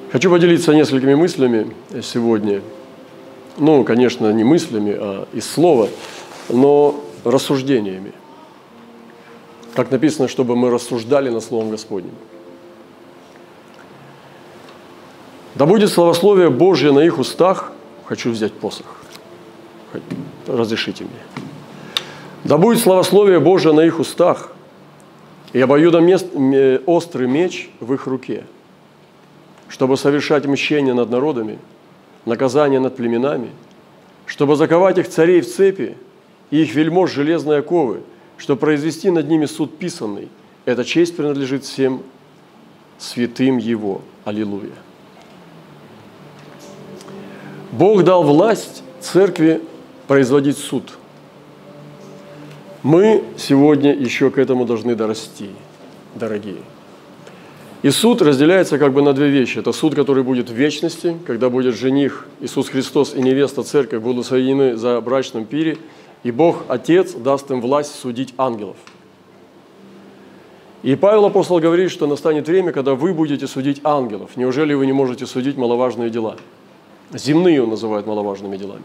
Хочу поделиться несколькими мыслями сегодня. Ну, конечно, не мыслями, а из слова, но рассуждениями. Как написано, чтобы мы рассуждали над Словом Господним. Да будет славословие Божье на их устах. Хочу взять посох. Разрешите мне. Да будет славословие Божье на их устах, и обоюдоострый меч в их руке, чтобы совершать мщение над народами, наказание над племенами, чтобы заковать их царей в цепи и их вельмож в железные оковы, чтобы произвести над ними суд писанный. Эта честь принадлежит всем святым Его. Аллилуйя. Бог дал власть церкви производить суд. Мы сегодня еще к этому должны дорасти, дорогие. И суд разделяется как бы на две вещи. Это суд, который будет в вечности, когда будет жених Иисус Христос и невеста Церковь будут соединены за брачном пире, и Бог, Отец, даст им власть судить ангелов. И Павел апостол говорит, что настанет время, когда вы будете судить ангелов. Неужели вы не можете судить маловажные дела? Земные он называет маловажными делами.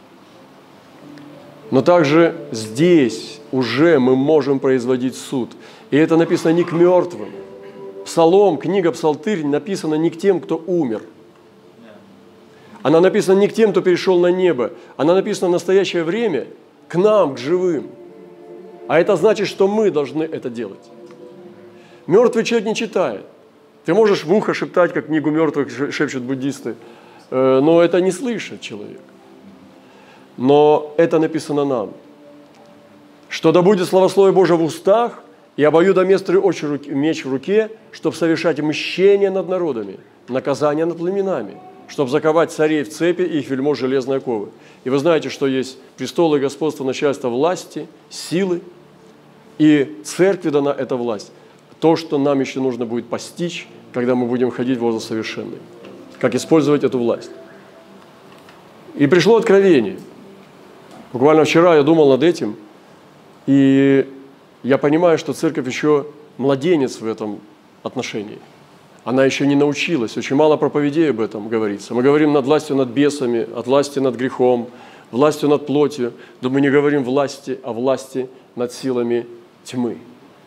Но также здесь уже мы можем производить суд. И это написано не к мертвым. Псалом, книга Псалтырь написана не к тем, кто умер. Она написана не к тем, кто перешел на небо. Она написана в настоящее время к нам, к живым. А это значит, что мы должны это делать. Мертвый человек не читает. Ты можешь в ухо шептать, как книгу мертвых шепчут буддисты, но это не слышит человек. Но это написано нам, что да будет славословие Божие в устах и обоюдоострый меч в руке, чтобы совершать мщение над народами, наказание над племенами, чтобы заковать царей в цепи и их вельмож в железные оковы. И вы знаете, что есть престолы, господство, начальство власти, силы, и церкви дана эта власть. То, что нам еще нужно будет постичь, когда мы будем ходить в возраст совершенный. Как использовать эту власть. И пришло откровение. Буквально вчера я думал над этим, и я понимаю, что церковь еще младенец в этом отношении. Она еще не научилась, очень мало проповедей об этом говорится. Мы говорим над властью над бесами, от власти над грехом, властью над плотью, но мы не говорим власти, а власти над силами тьмы.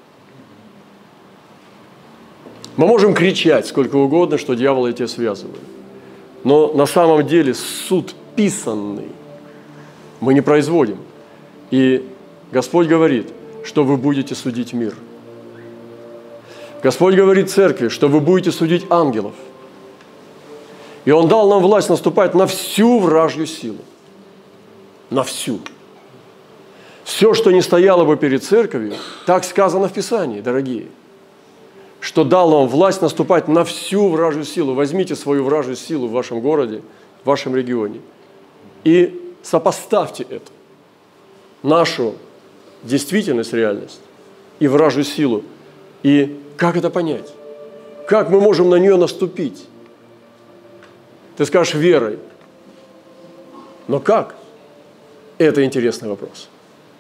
Мы можем кричать сколько угодно, что дьявол и тебя связывает. Но на самом деле суд писанный мы не производим. И Господь говорит, что вы будете судить мир. Господь говорит церкви, что вы будете судить ангелов. И Он дал нам власть наступать на всю вражью силу. На всю. Все, что не стояло бы перед церковью, так сказано в Писании, дорогие, что дал нам власть наступать на всю вражью силу. Возьмите свою вражью силу в вашем городе, в вашем регионе и сопоставьте это, нашу действительность, реальность и вражью силу. И как это понять? Как мы можем на нее наступить? Ты скажешь верой. Но как? Это интересный вопрос.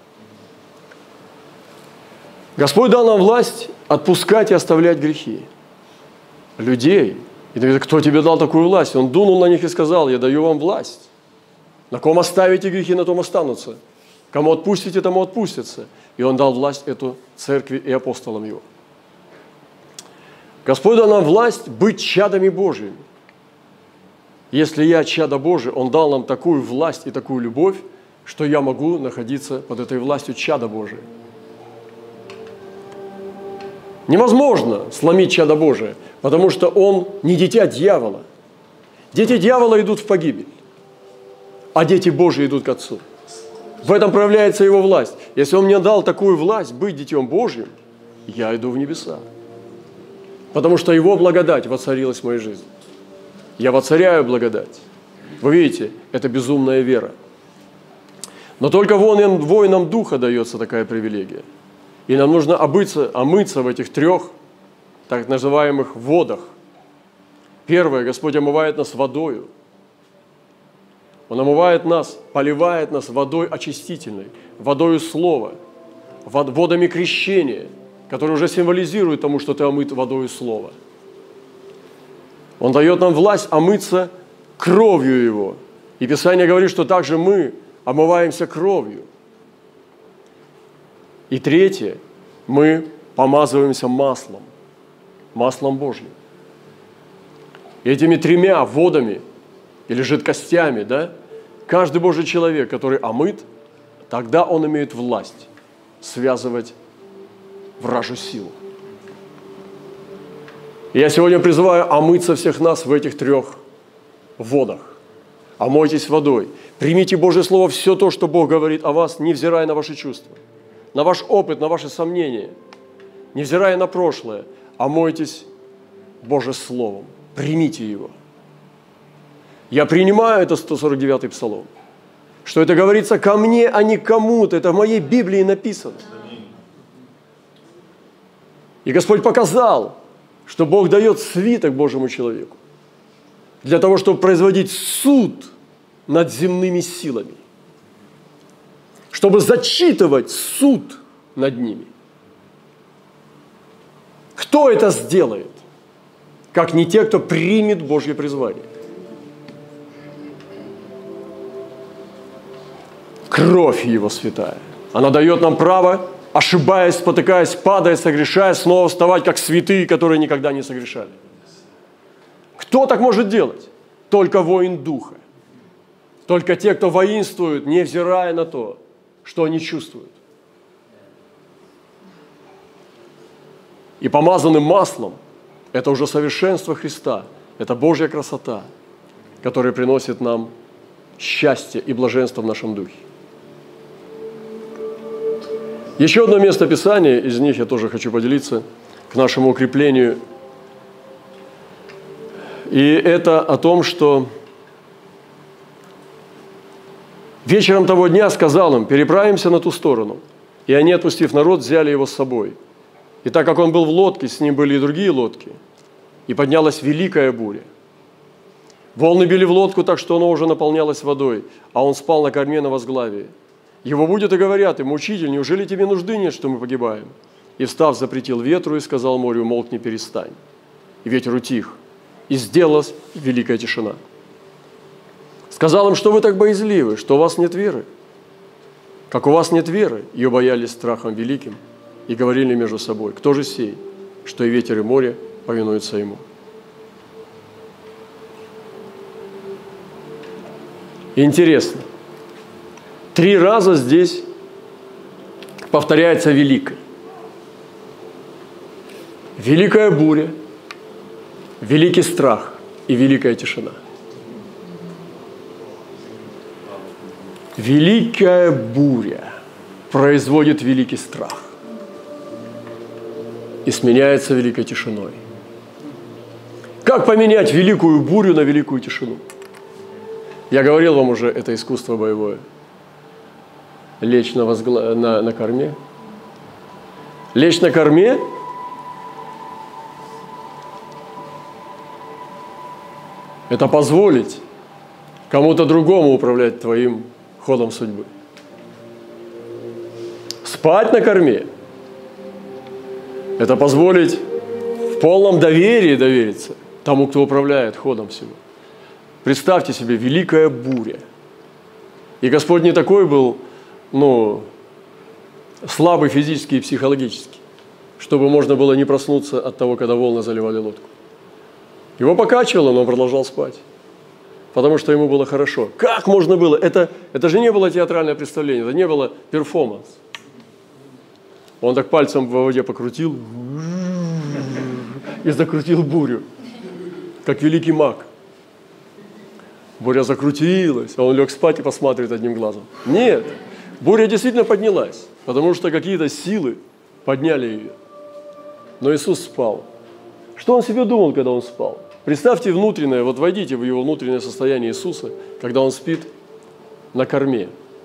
Господь дал нам власть отпускать и оставлять грехи людей. И говорит, кто тебе дал такую власть? Он дунул на них и сказал, я даю вам власть. На ком оставите грехи, на том останутся. Кому отпустите, тому отпустятся. И Он дал власть эту церкви и апостолам Его. Господь дал нам власть быть чадами Божьими. Если я чадо Божие, Он дал нам такую власть и такую любовь, что я могу находиться под этой властью чада Божия. Невозможно сломить чадо Божие, потому что он не дитя дьявола. Дети дьявола идут в погибель, а дети Божьи идут к Отцу. В этом проявляется Его власть. Если Он мне дал такую власть быть детем Божьим, я иду в небеса. Потому что Его благодать воцарилась в моей жизни. Я воцаряю благодать. Вы видите, это безумная вера. Но только воинам Духа дается такая привилегия. И нам нужно омыться в этих трех так называемых водах. Первое, Господь омывает нас водою. Он омывает нас, поливает нас водой очистительной, водою Слова, водами крещения, которые уже символизируют тому, что ты омыт водою Слова. Он дает нам власть омыться кровью Его. И Писание говорит, что также мы омываемся кровью. И третье, мы помазываемся маслом, маслом Божьим. Этими тремя водами или жидкостями, да, каждый Божий человек, который омыт, тогда он имеет власть связывать вражью силу. И я сегодня призываю омыться всех нас в этих трех водах. Омойтесь водой. Примите Божье Слово, все то, что Бог говорит о вас, невзирая на ваши чувства, на ваш опыт, на ваши сомнения, невзирая на прошлое. Омойтесь Божьим Словом. Примите его. Я принимаю это 149-й Псалом, что это говорится ко мне, а не кому-то. Это в моей Библии написано. И Господь показал, что Бог дает свиток Божьему человеку для того, чтобы производить суд над земными силами, чтобы зачитывать суд над ними. Кто это сделает, как не те, кто примет Божье призвание? Кровь Его святая. Она дает нам право, ошибаясь, спотыкаясь, падая, согрешая, снова вставать, как святые, которые никогда не согрешали. Кто так может делать? Только воин Духа. Только те, кто воинствует, невзирая на то, что они чувствуют. И помазанным маслом – это уже совершенство Христа, это Божья красота, которая приносит нам счастье и блаженство в нашем духе. Еще одно место Писания, из них я тоже хочу поделиться, к нашему укреплению. И это о том, что вечером того дня сказал им: переправимся на ту сторону. И они, отпустив народ, взяли его с собой. И так как он был в лодке, с ним были и другие лодки, и поднялась великая буря. Волны били в лодку так, что она уже наполнялась водой, а он спал на корме на возглавии. Его будут и говорят ему: учитель, неужели тебе нужды нет, что мы погибаем? И встав, запретил ветру и сказал морю: молкни, перестань. И ветер утих, и сделалась великая тишина. Сказал им: что вы так боязливы, что у вас нет веры? Как у вас нет веры? Ее боялись страхом великим и говорили между собой: кто же сей, что и ветер, и море повинуются ему? Интересно. 3 раза здесь повторяется великое. Великая буря, великий страх и великая тишина. Великая буря производит великий страх и сменяется великой тишиной. Как поменять великую бурю на великую тишину? Я говорил вам уже, это искусство боевое. Лечь на корме. Лечь на корме – это позволить кому-то другому управлять твоим ходом судьбы. Спать на корме – это позволить в полном доверии довериться тому, кто управляет ходом всего. Представьте себе, великая буря. И Господь не такой был, слабый физически и психологически, чтобы можно было не проснуться от того, когда волны заливали лодку. Его покачивало, но он продолжал спать, потому что ему было хорошо. Как можно было? Это же не было театральное представление, это не было перформанс. Он так пальцем в воде покрутил и закрутил бурю, как великий маг. Буря закрутилась, а он лег спать и посматривает одним глазом. Нет, буря действительно поднялась, потому что какие-то силы подняли ее. Но Иисус спал. Что он себе думал, когда он спал? Представьте внутреннее, вот войдите в его внутреннее состояние Иисуса, когда он спит на корме.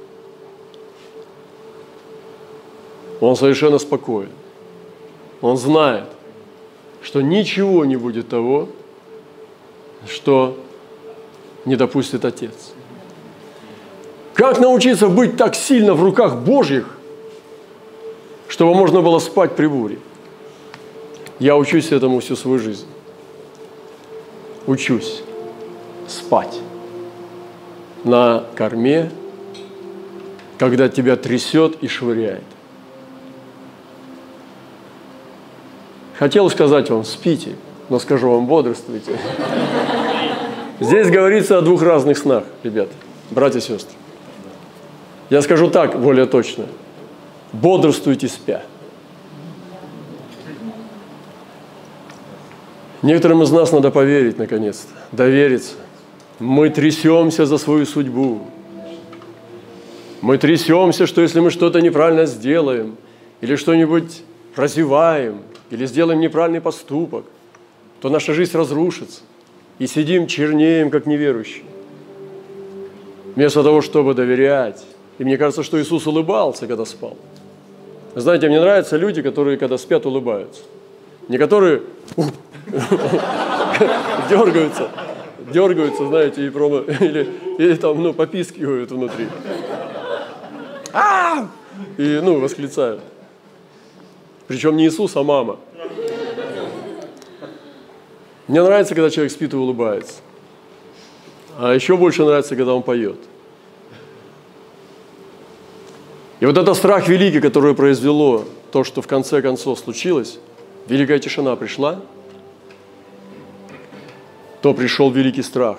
Он совершенно спокоен. Он знает, что ничего не будет того, что не допустит Отец. Как научиться быть так сильно в руках Божьих, чтобы можно было спать при буре? Я учусь этому всю свою жизнь. учусь спать на корме, когда тебя трясет и швыряет. Хотел сказать вам, спите, но скажу вам, бодрствуйте. Здесь говорится о двух разных снах, ребята, братья и сестры. Я скажу так, более точно. Бодрствуйте, спя. Некоторым из нас надо поверить, наконец-то, довериться. Мы трясемся за свою судьбу. Мы трясемся, что если мы что-то неправильно сделаем, или что-нибудь прозеваем, или сделаем неправильный поступок, то наша жизнь разрушится. И сидим, чернеем, как неверующие. Вместо того, чтобы доверять. И мне кажется, что Иисус улыбался, когда спал. Знаете, мне нравятся люди, которые, когда спят, улыбаются. Не которые дергаются, знаете, или там, попискивают внутри. И, восклицают. Причем не Иисус, а мама. Мне нравится, когда человек спит и улыбается. А еще больше нравится, когда он поет. И вот это страх великий, который произвело то, что в конце концов случилось, великая тишина пришла, то пришел великий страх.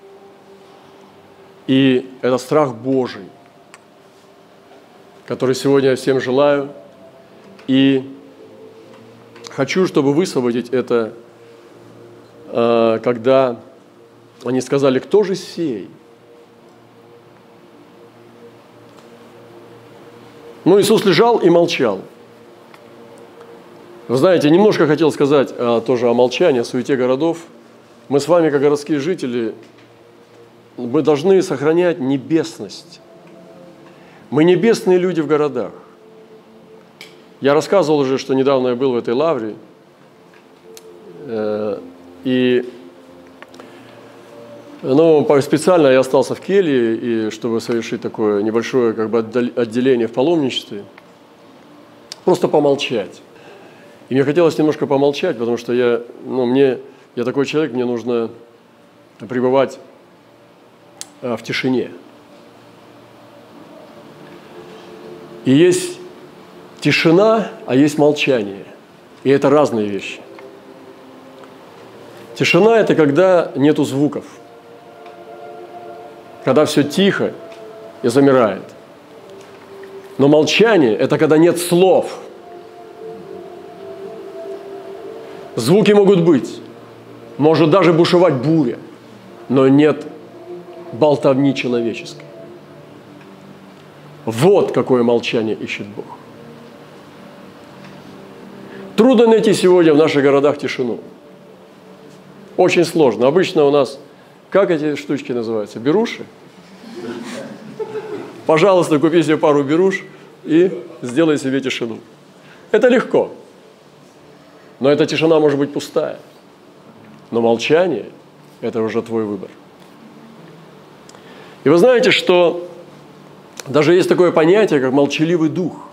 И это страх Божий, который сегодня я всем желаю. И хочу, чтобы высвободить это, когда они сказали, кто же сей? Иисус лежал и молчал. Вы знаете, немножко хотел сказать тоже о молчании, о суете городов. Мы с вами, как городские жители, мы должны сохранять небесность. Мы небесные люди в городах. Я рассказывал уже, что недавно я был в этой лавре, и специально я остался в келье, чтобы совершить такое небольшое отделение в паломничестве, просто помолчать. И мне хотелось немножко помолчать, потому что я такой человек, мне нужно пребывать в тишине. И есть тишина, а есть молчание. И это разные вещи. Тишина – это когда нету звуков, когда все тихо и замирает. Но молчание – это когда нет слов. Звуки могут быть, может даже бушевать буря, но нет болтовни человеческой. Вот какое молчание ищет Бог. Трудно найти сегодня в наших городах тишину. Очень сложно. Обычно у нас, как эти штучки называются? Беруши? Пожалуйста, купи себе пару беруш и сделай себе тишину. Это легко. Но эта тишина может быть пустая. Но молчание – это уже твой выбор. И вы знаете, что даже есть такое понятие, как молчаливый дух.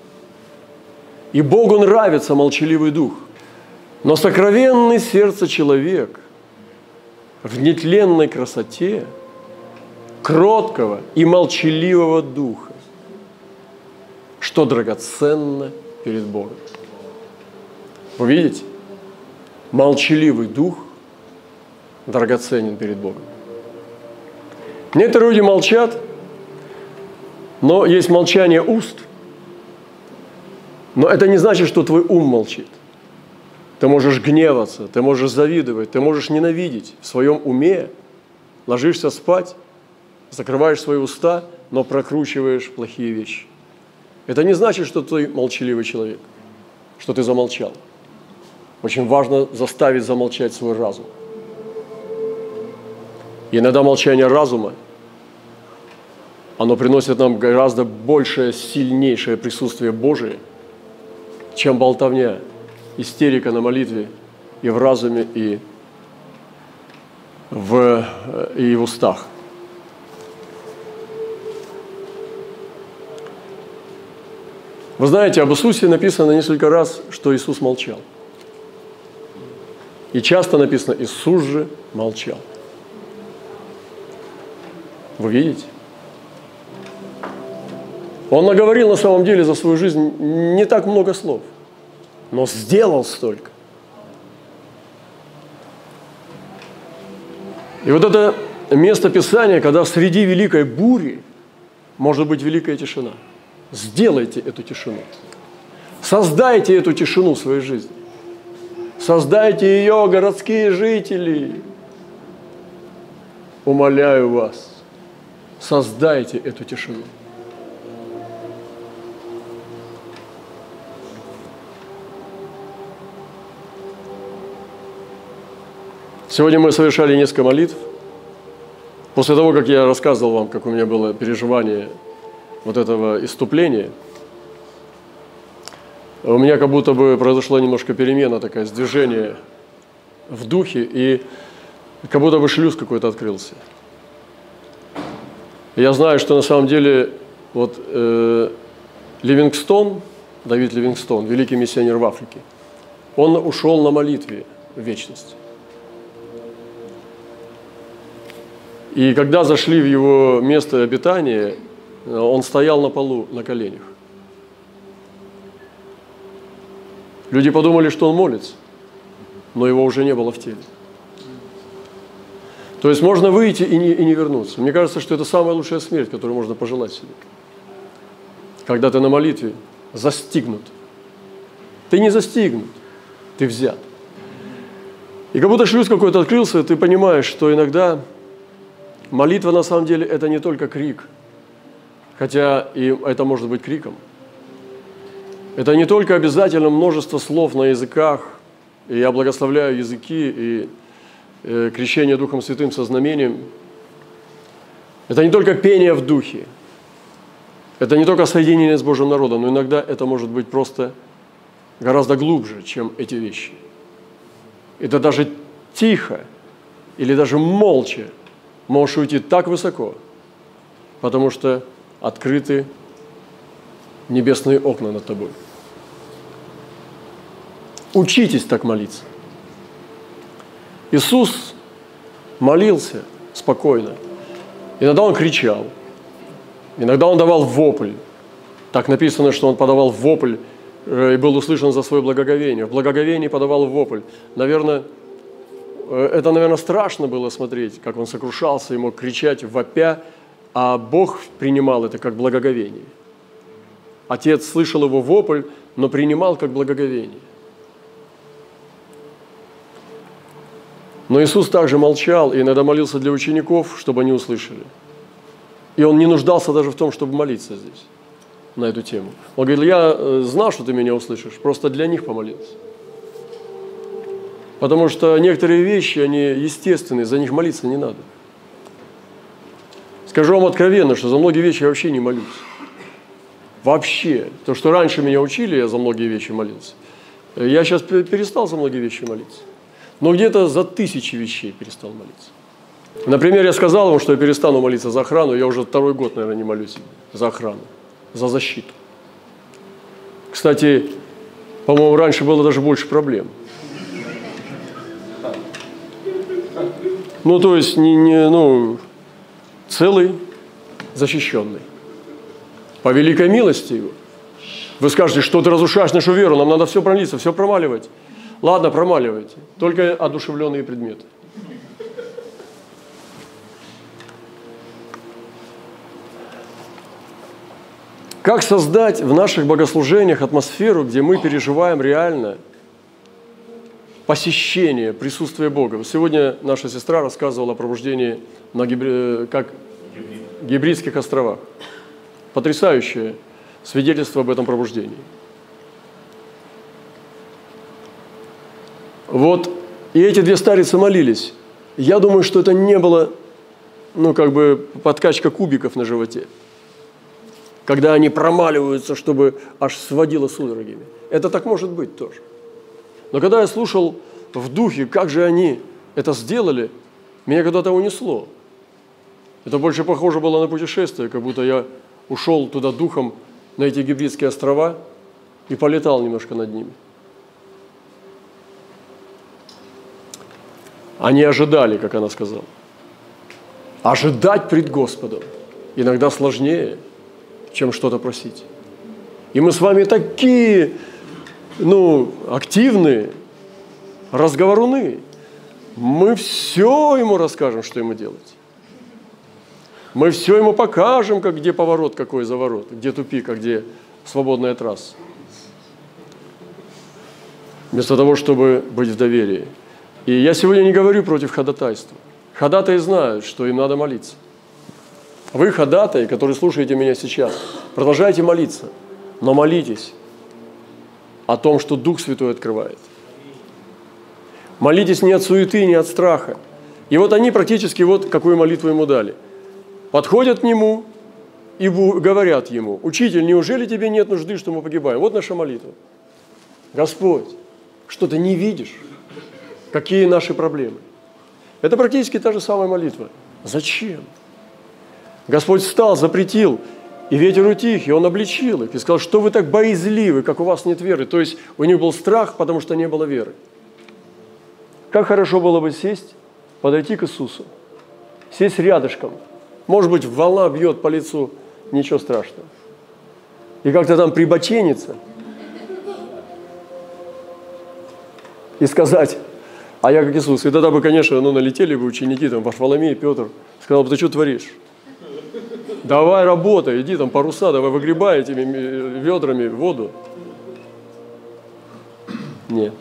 И Богу нравится молчаливый дух. Но сокровенный сердце человек в нетленной красоте кроткого и молчаливого духа, что драгоценно перед Богом. Вы видите? Молчаливый дух драгоценен перед Богом. Некоторые люди молчат, но есть молчание уст. Но это не значит, что твой ум молчит. Ты можешь гневаться, ты можешь завидовать, ты можешь ненавидеть в своем уме, ложишься спать, закрываешь свои уста, но прокручиваешь плохие вещи. Это не значит, что ты молчаливый человек, что ты замолчал. Очень важно заставить замолчать свой разум. И иногда молчание разума, оно приносит нам гораздо большее, сильнейшее присутствие Божие, чем болтовня, истерика на молитве и в разуме, и в устах. Вы знаете, об Иисусе написано несколько раз, что Иисус молчал. И часто написано, Иисус же молчал. Вы видите? Он наговорил на самом деле за свою жизнь не так много слов, но сделал столько. И вот это место Писания, когда среди великой бури может быть великая тишина. Сделайте эту тишину. Создайте эту тишину в своей жизни. Создайте ее, городские жители. Умоляю вас, создайте эту тишину. Сегодня мы совершали несколько молитв. После того, как я рассказывал вам, как у меня было переживание вот этого исступления, у меня как будто бы произошла немножко перемена такая, сдвижение в духе, и как будто бы шлюз какой-то открылся. Я знаю, что на самом деле вот Ливингстон, Давид Ливингстон, великий миссионер в Африке, он ушел на молитве в вечность. И когда зашли в его место обитания, он стоял на полу на коленях. Люди подумали, что он молится, но его уже не было в теле. То есть можно выйти и не вернуться. Мне кажется, что это самая лучшая смерть, которую можно пожелать себе. Когда ты на молитве застигнут. Ты не застигнут, ты взят. И как будто шлюз какой-то открылся, ты понимаешь, что иногда молитва на самом деле это не только крик, хотя и это может быть криком. Это не только обязательно множество слов на языках, и я благословляю языки и крещение Духом Святым со знамением. Это не только пение в духе, это не только соединение с Божьим народом, но иногда это может быть просто гораздо глубже, чем эти вещи. Это даже тихо или даже молча можешь уйти так высоко, потому что открыты небесные окна над тобой. Учитесь так молиться. Иисус молился спокойно. Иногда Он кричал, иногда Он давал вопль. Так написано, что Он подавал вопль и был услышан за свое благоговение. В благоговении подавал вопль. Это страшно было смотреть, как Он сокрушался и мог кричать, вопя, а Бог принимал это как благоговение. Отец слышал его вопль, но принимал как благоговение. Но Иисус также молчал и иногда молился для учеников, чтобы они услышали. И Он не нуждался даже в том, чтобы молиться здесь, на эту тему. Он говорит, я знал, что ты меня услышишь, просто для них помолился. Потому что некоторые вещи, они естественные, за них молиться не надо. Скажу вам откровенно, что за многие вещи я вообще не молюсь. Вообще. То, что раньше меня учили, я за многие вещи молился. Я сейчас перестал за многие вещи молиться. Но где-то за 1000 вещей перестал молиться. Например, я сказал ему, что я перестану молиться за охрану. Я уже 2-й год, наверное, не молюсь за охрану, за защиту. Кстати, по-моему, раньше было даже больше проблем. То есть, целый, защищенный. По великой милости Его. Вы скажете, что ты разрушаешь нашу веру, нам надо все промолиться, все промаливать. Ладно, промаливайте, только одушевленные предметы. Как создать в наших богослужениях атмосферу, где мы переживаем реально посещение, присутствие Бога? Сегодня наша сестра рассказывала о пробуждении на Гибридских островах. Потрясающее свидетельство об этом пробуждении. И эти 2 старицы молились. Я думаю, что это не было, подкачка кубиков на животе, когда они промаливаются, чтобы аж сводило судорогами. Это так может быть тоже. Но когда я слушал в духе, как же они это сделали, меня когда-то унесло. Это больше похоже было на путешествие, как будто я ушел туда духом на эти Гибридские острова и полетал немножко над ними. Они ожидали, как она сказала. Ожидать пред Господом иногда сложнее, чем что-то просить. И мы с вами такие, активные, разговоруны. Мы все ему расскажем, что ему делать. Мы все ему покажем, где поворот, какой заворот, где тупик, а где свободная трасса. Вместо того, чтобы быть в доверии. И я сегодня не говорю против ходатайства. Ходатаи знают, что им надо молиться. Вы, ходатаи, которые слушаете меня сейчас, продолжайте молиться, но молитесь о том, что Дух Святой открывает. Молитесь не от суеты, не от страха. И вот они практически какую молитву ему дали. Подходят к нему и говорят ему: «Учитель, неужели тебе нет нужды, что мы погибаем?» Вот наша молитва. Господь, что ты не видишь? Какие наши проблемы? Это практически та же самая молитва. Зачем? Господь встал, запретил, и ветер утих, и он обличил их, и сказал: что вы так боязливы, как у вас нет веры. То есть у них был страх, потому что не было веры. Как хорошо было бы сесть, подойти к Иисусу, сесть рядышком. Может быть, волна бьет по лицу, ничего страшного. И как-то там прибочениться и сказать: а я как Иисус. И тогда бы, конечно, налетели бы ученики, Варфоломей, Петр, сказал бы: ты что творишь? Давай работай, иди паруса, давай выгребай этими ведрами воду. Нет.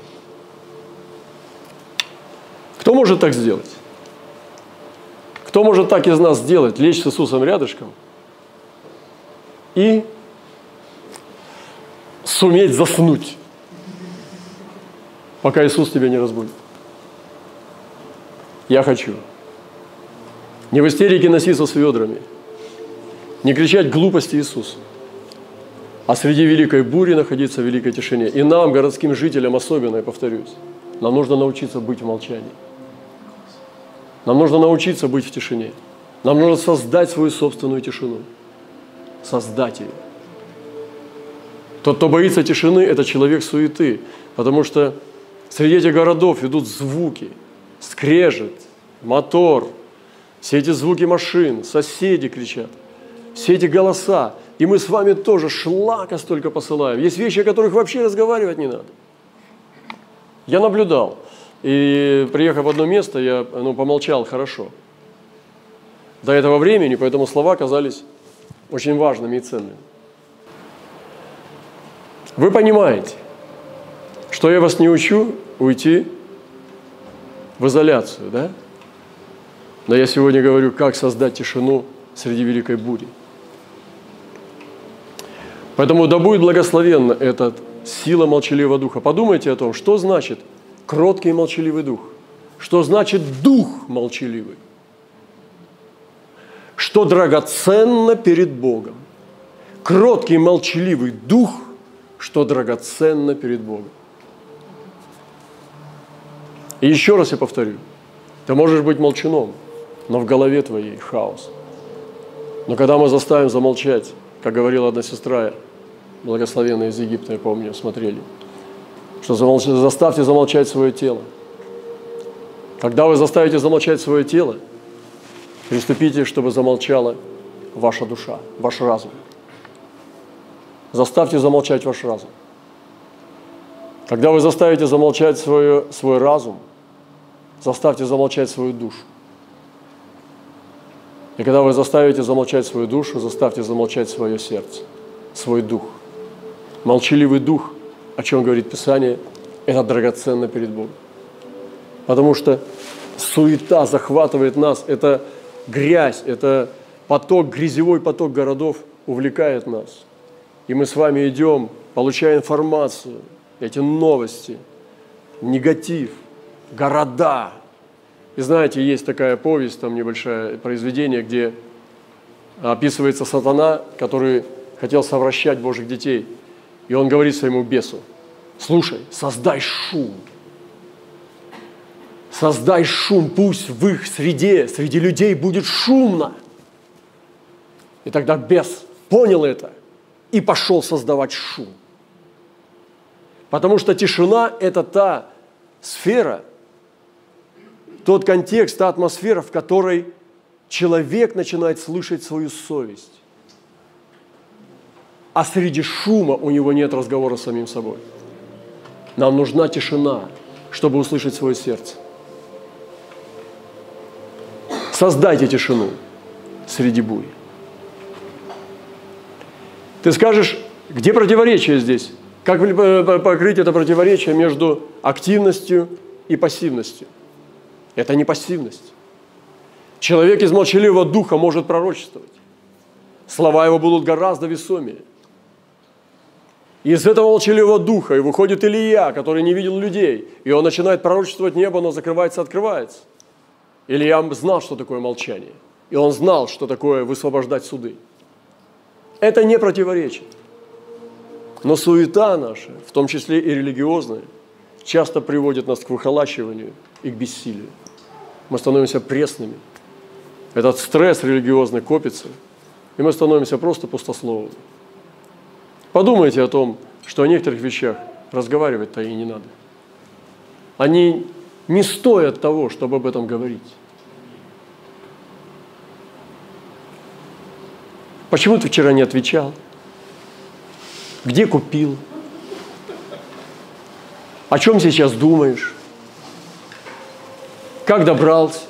Кто может так сделать? Кто может так из нас сделать, лечь с Иисусом рядышком и суметь заснуть, пока Иисус тебя не разбудит? Я хочу. Не в истерике носиться с ведрами, не кричать глупости Иисусу, а среди великой бури находиться в великой тишине. И нам, городским жителям особенно, я повторюсь, нам нужно научиться быть в молчании. Нам нужно научиться быть в тишине. Нам нужно создать свою собственную тишину. Создать ее. Тот, кто боится тишины, это человек суеты, потому что среди этих городов идут звуки, скрежет, мотор, все эти звуки машин, соседи кричат, все эти голоса. И мы с вами тоже шлака столько посылаем. Есть вещи, о которых вообще разговаривать не надо. Я наблюдал. И приехав в одно место, я помолчал хорошо. До этого времени, поэтому слова казались очень важными и ценными. Вы понимаете, что я вас не учу уйти в изоляцию, да? Но я сегодня говорю, как создать тишину среди великой бури. Поэтому да будет благословенна эта сила молчаливого духа. Подумайте о том, что значит кроткий и молчаливый дух. Что значит дух молчаливый? Что драгоценно перед Богом. Кроткий и молчаливый дух, что драгоценно перед Богом. И еще раз я повторю. Ты можешь быть молчуном, но в голове твоей хаос. Но когда мы заставим замолчать, как говорила одна сестра, благословенная из Египта, я помню, смотрели, что заставьте замолчать свое тело. Когда вы заставите замолчать свое тело, приступите, чтобы замолчала ваша душа, ваш разум. Заставьте замолчать ваш разум. Когда вы заставите замолчать свой разум, заставьте замолчать свою душу. И когда вы заставите замолчать свою душу, заставьте замолчать свое сердце, свой дух. Молчаливый дух, о чем говорит Писание, это драгоценно перед Богом. Потому что суета захватывает нас, это грязь, это грязевой поток городов увлекает нас. И мы с вами идем, получая информацию, эти новости, негатив, города. И знаете, есть такая повесть, там небольшое произведение, где описывается сатана, который хотел совращать Божьих детей. И он говорит своему бесу: слушай, создай шум. Создай шум, пусть в их среде, среди людей будет шумно. И тогда бес понял это и пошел создавать шум. Потому что тишина – это та сфера, тот контекст, та атмосфера, в которой человек начинает слышать свою совесть. А среди шума у него нет разговора с самим собой. Нам нужна тишина, чтобы услышать свое сердце. Создайте тишину среди бури. Ты скажешь, где противоречие здесь? Как покрыть это противоречие между активностью и пассивностью? Это не пассивность. Человек из молчаливого духа может пророчествовать. Слова его будут гораздо весомее. Из этого молчаливого духа и выходит Илия, который не видел людей, и он начинает пророчествовать небо, но закрывается, открывается. Илия знал, что такое молчание, и он знал, что такое высвобождать суды. Это не противоречие. Но суета наша, в том числе и религиозная, часто приводит нас к выхолачиванию и к бессилию. Мы становимся пресными. Этот стресс религиозный копится, и мы становимся просто пустословами. Подумайте о том, что о некоторых вещах разговаривать-то и не надо. Они не стоят того, чтобы об этом говорить. Почему ты вчера не отвечал? Где купил? О чем сейчас думаешь? Как добрался?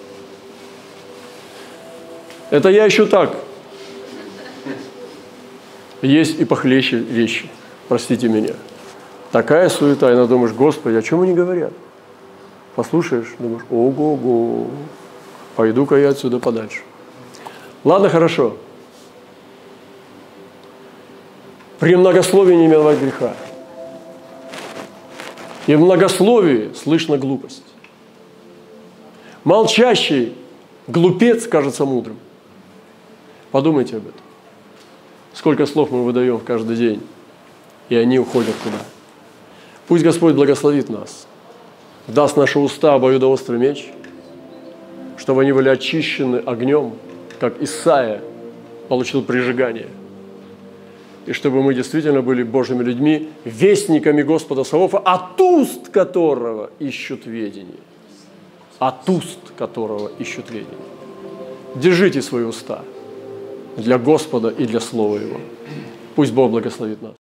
Это я еще так. Есть и похлеще вещи, простите меня. Такая суета, и думаешь, Господи, о чем они говорят? Послушаешь, думаешь, ого-го, пойду-ка я отсюда подальше. Ладно, хорошо. При многословии не миновать греха. И в многословии слышно глупость. Молчащий глупец кажется мудрым. Подумайте об этом. Сколько слов мы выдаем каждый день, и они уходят куда? Пусть Господь благословит нас, даст наши уста обоюдоострый меч, чтобы они были очищены огнем, как Исаия получил прижигание, и чтобы мы действительно были Божьими людьми, вестниками Господа Саваофа, от уст которого ищут ведение. От уст которого ищут ведение. Держите свои уста для Господа и для Слова Его. Пусть Бог благословит нас.